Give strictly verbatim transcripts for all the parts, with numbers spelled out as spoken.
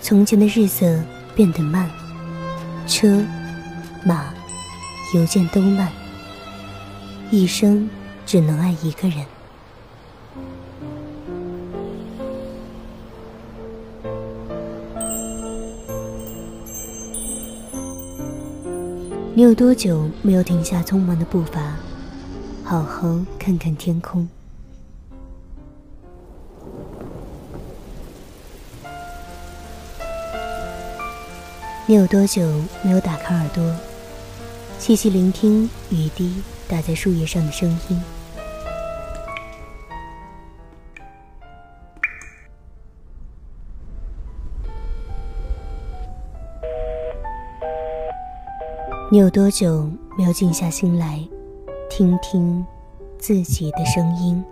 从前的日色变得慢，车马邮件都慢，一生只能爱一个人。你有多久没有停下匆忙的步伐，好好看看天空？你有多久没有打开耳朵，细细聆听雨滴打在树叶上的声音？你有多久没有静下心来，听听自己的声音？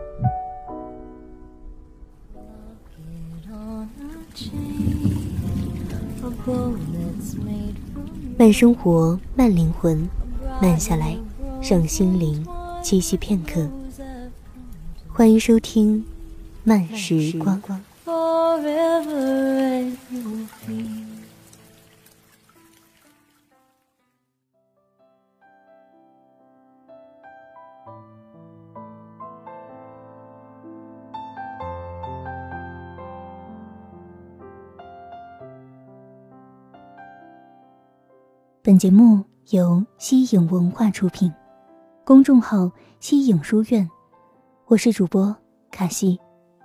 慢生活，慢灵魂，慢下来，让心灵栖息片刻。欢迎收听慢时光。本节目由西影文化出品，公众号西影书院，我是主播卡西。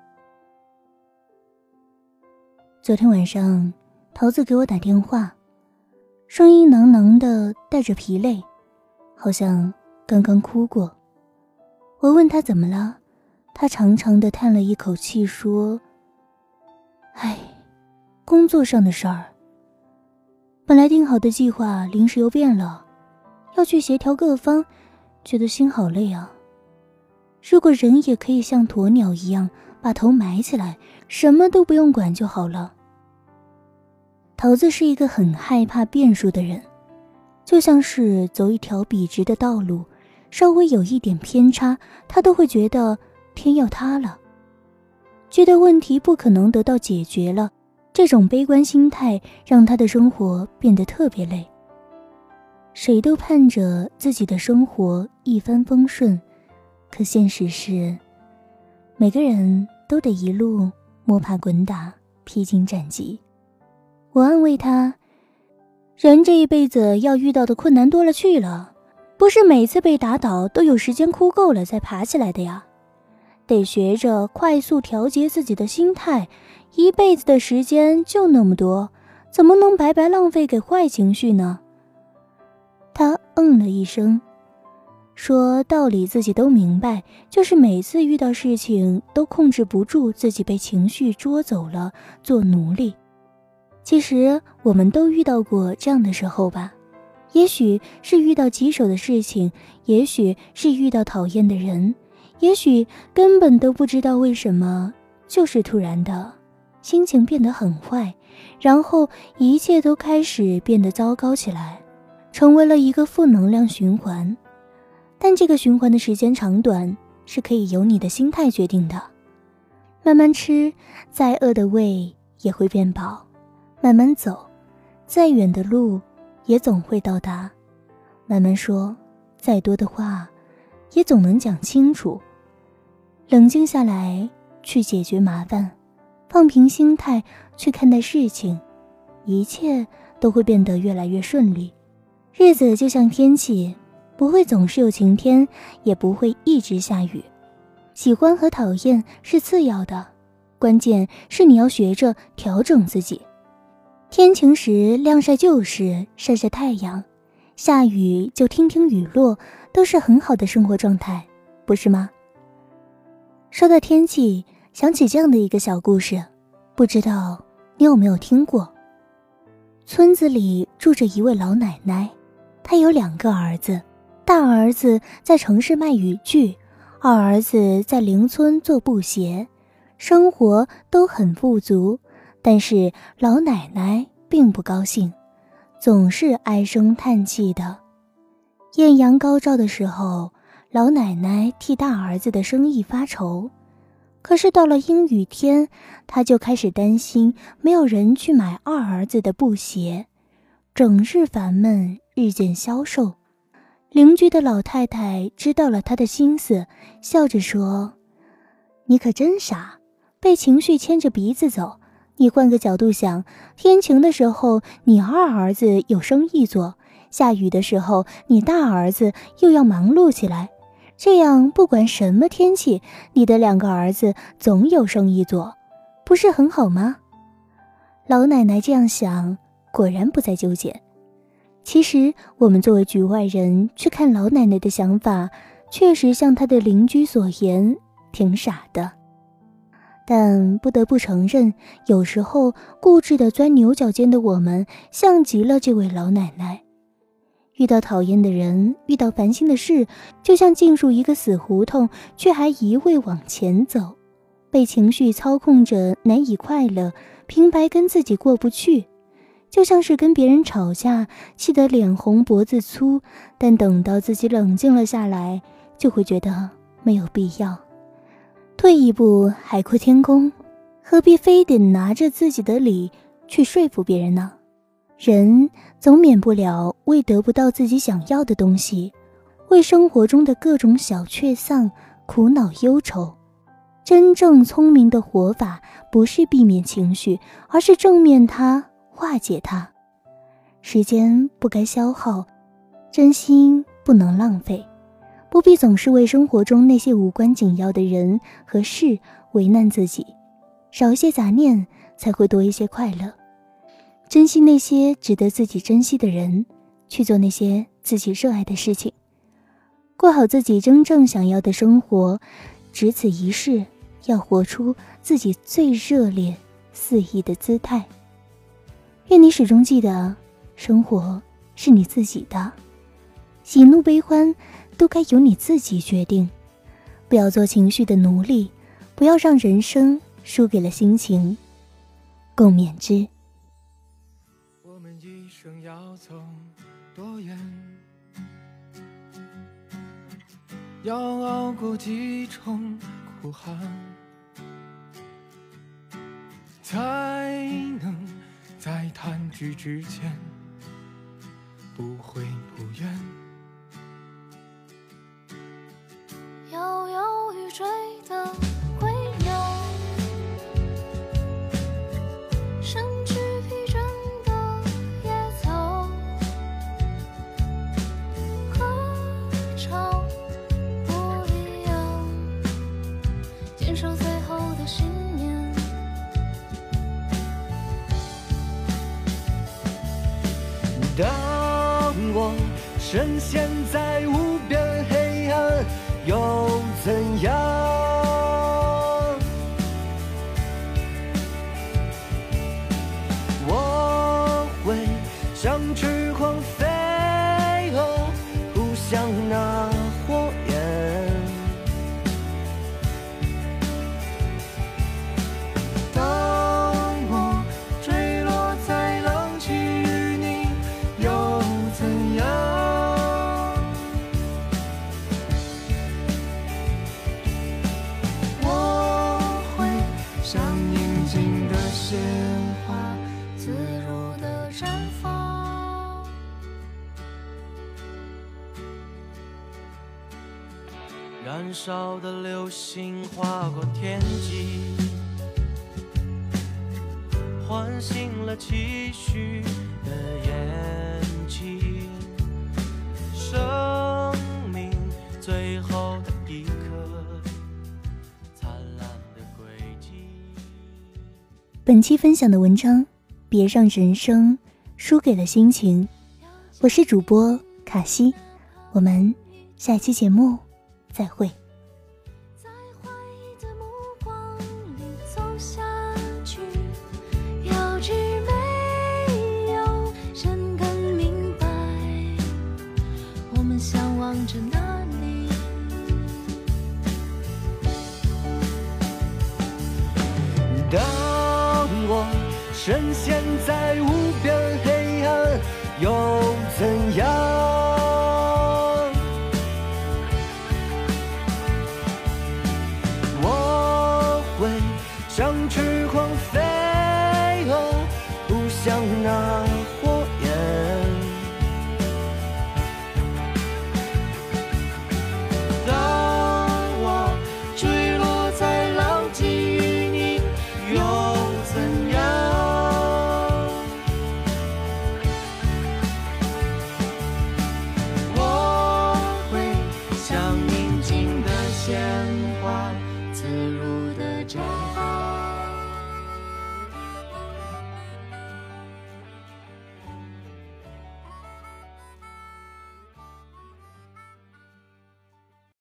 昨天晚上桃子给我打电话，声音喃喃的带着疲累，好像刚刚哭过。我问他怎么了，他长长的叹了一口气说，唉，工作上的事儿，本来定好的计划临时又变了，要去协调各方，觉得心好累啊。如果人也可以像鸵鸟一样把头埋起来，什么都不用管就好了。桃子是一个很害怕变数的人，就像是走一条笔直的道路，稍微有一点偏差，他都会觉得天要塌了，觉得问题不可能得到解决了。这种悲观心态让他的生活变得特别累。谁都盼着自己的生活一帆风顺，可现实是，每个人都得一路摸爬滚打，披荆斩棘。我安慰他，人这一辈子要遇到的困难多了去了，不是每次被打倒都有时间哭够了再爬起来的呀，得学着快速调节自己的心态，一辈子的时间就那么多，怎么能白白浪费给坏情绪呢？他嗯了一声，说道理自己都明白，就是每次遇到事情都控制不住自己，被情绪捉走了，做奴隶。其实我们都遇到过这样的时候吧，也许是遇到棘手的事情，也许是遇到讨厌的人，也许根本都不知道为什么，就是突然的心情变得很坏，然后一切都开始变得糟糕起来，成为了一个负能量循环。但这个循环的时间长短是可以由你的心态决定的。慢慢吃，再饿的胃也会变饱；慢慢走，再远的路也总会到达；慢慢说，再多的话也总能讲清楚。冷静下来，去解决麻烦，放平心态去看待事情，一切都会变得越来越顺利。日子就像天气，不会总是有晴天，也不会一直下雨。喜欢和讨厌是次要的，关键是你要学着调整自己。天晴时晾晒旧事，晒晒太阳；下雨就听听雨落，都是很好的生活状态，不是吗？说到天气，想起这样的一个小故事，不知道你有没有听过。村子里住着一位老奶奶，她有两个儿子，大儿子在城市卖雨具，二儿子在邻村做布鞋，生活都很富足。但是老奶奶并不高兴，总是唉声叹气的。艳阳高照的时候，老奶奶替大儿子的生意发愁， 可是到了阴雨天，他就开始担心没有人去买二儿子的布鞋，整日烦闷，日渐消瘦。邻居的老太太知道了他的心思，笑着说：你可真傻，被情绪牵着鼻子走。你换个角度想，天晴的时候你二儿子有生意做，下雨的时候你大儿子又要忙碌起来，这样不管什么天气，你的两个儿子总有生意做，不是很好吗？老奶奶这样想，果然不再纠结。其实我们作为局外人去看老奶奶的想法，确实像她的邻居所言，挺傻的。但不得不承认，有时候固执地钻牛角尖的我们，像极了这位老奶奶。遇到讨厌的人，遇到烦心的事，就像进入一个死胡同，却还一味往前走，被情绪操控着，难以快乐，平白跟自己过不去。就像是跟别人吵架，气得脸红脖子粗，但等到自己冷静了下来，就会觉得没有必要。退一步海阔天空，何必非得拿着自己的理去说服别人呢？人总免不了为得不到自己想要的东西，为生活中的各种小确丧苦恼忧愁。真正聪明的活法，不是避免情绪，而是正面它，化解它。时间不该消耗，真心不能浪费，不必总是为生活中那些无关紧要的人和事为难自己，少一些杂念，才会多一些快乐。珍惜那些值得自己珍惜的人，去做那些自己热爱的事情，过好自己真正想要的生活。只此一世，要活出自己最热烈肆意的姿态。愿你始终记得，生活是你自己的，喜怒悲欢都该由你自己决定。不要做情绪的奴隶，不要让人生输给了心情，共勉之。 我们一生要走多远，要熬过几重苦寒，才能在弹指之间不悔不怨。 摇摇欲坠的归鸟，身躯披针的野草，歌唱不一样，坚守最后的信念。 当我深陷在无边黑暗，又怎样？我会像翅膀飞哦，扑向那火焰。当我坠落在浪迹与你，又怎样？像宁静的鲜花， 自如的绽放。 燃烧的流星划过天际，唤醒了期许的眼睛。生命最后的一刻， 本期分享的文章，别让人生输给了心情。我是主播卡西，我们下期节目再会。 在怀疑的目光里走下去，要知没有人更明白我们向往着哪里。 当我深陷在无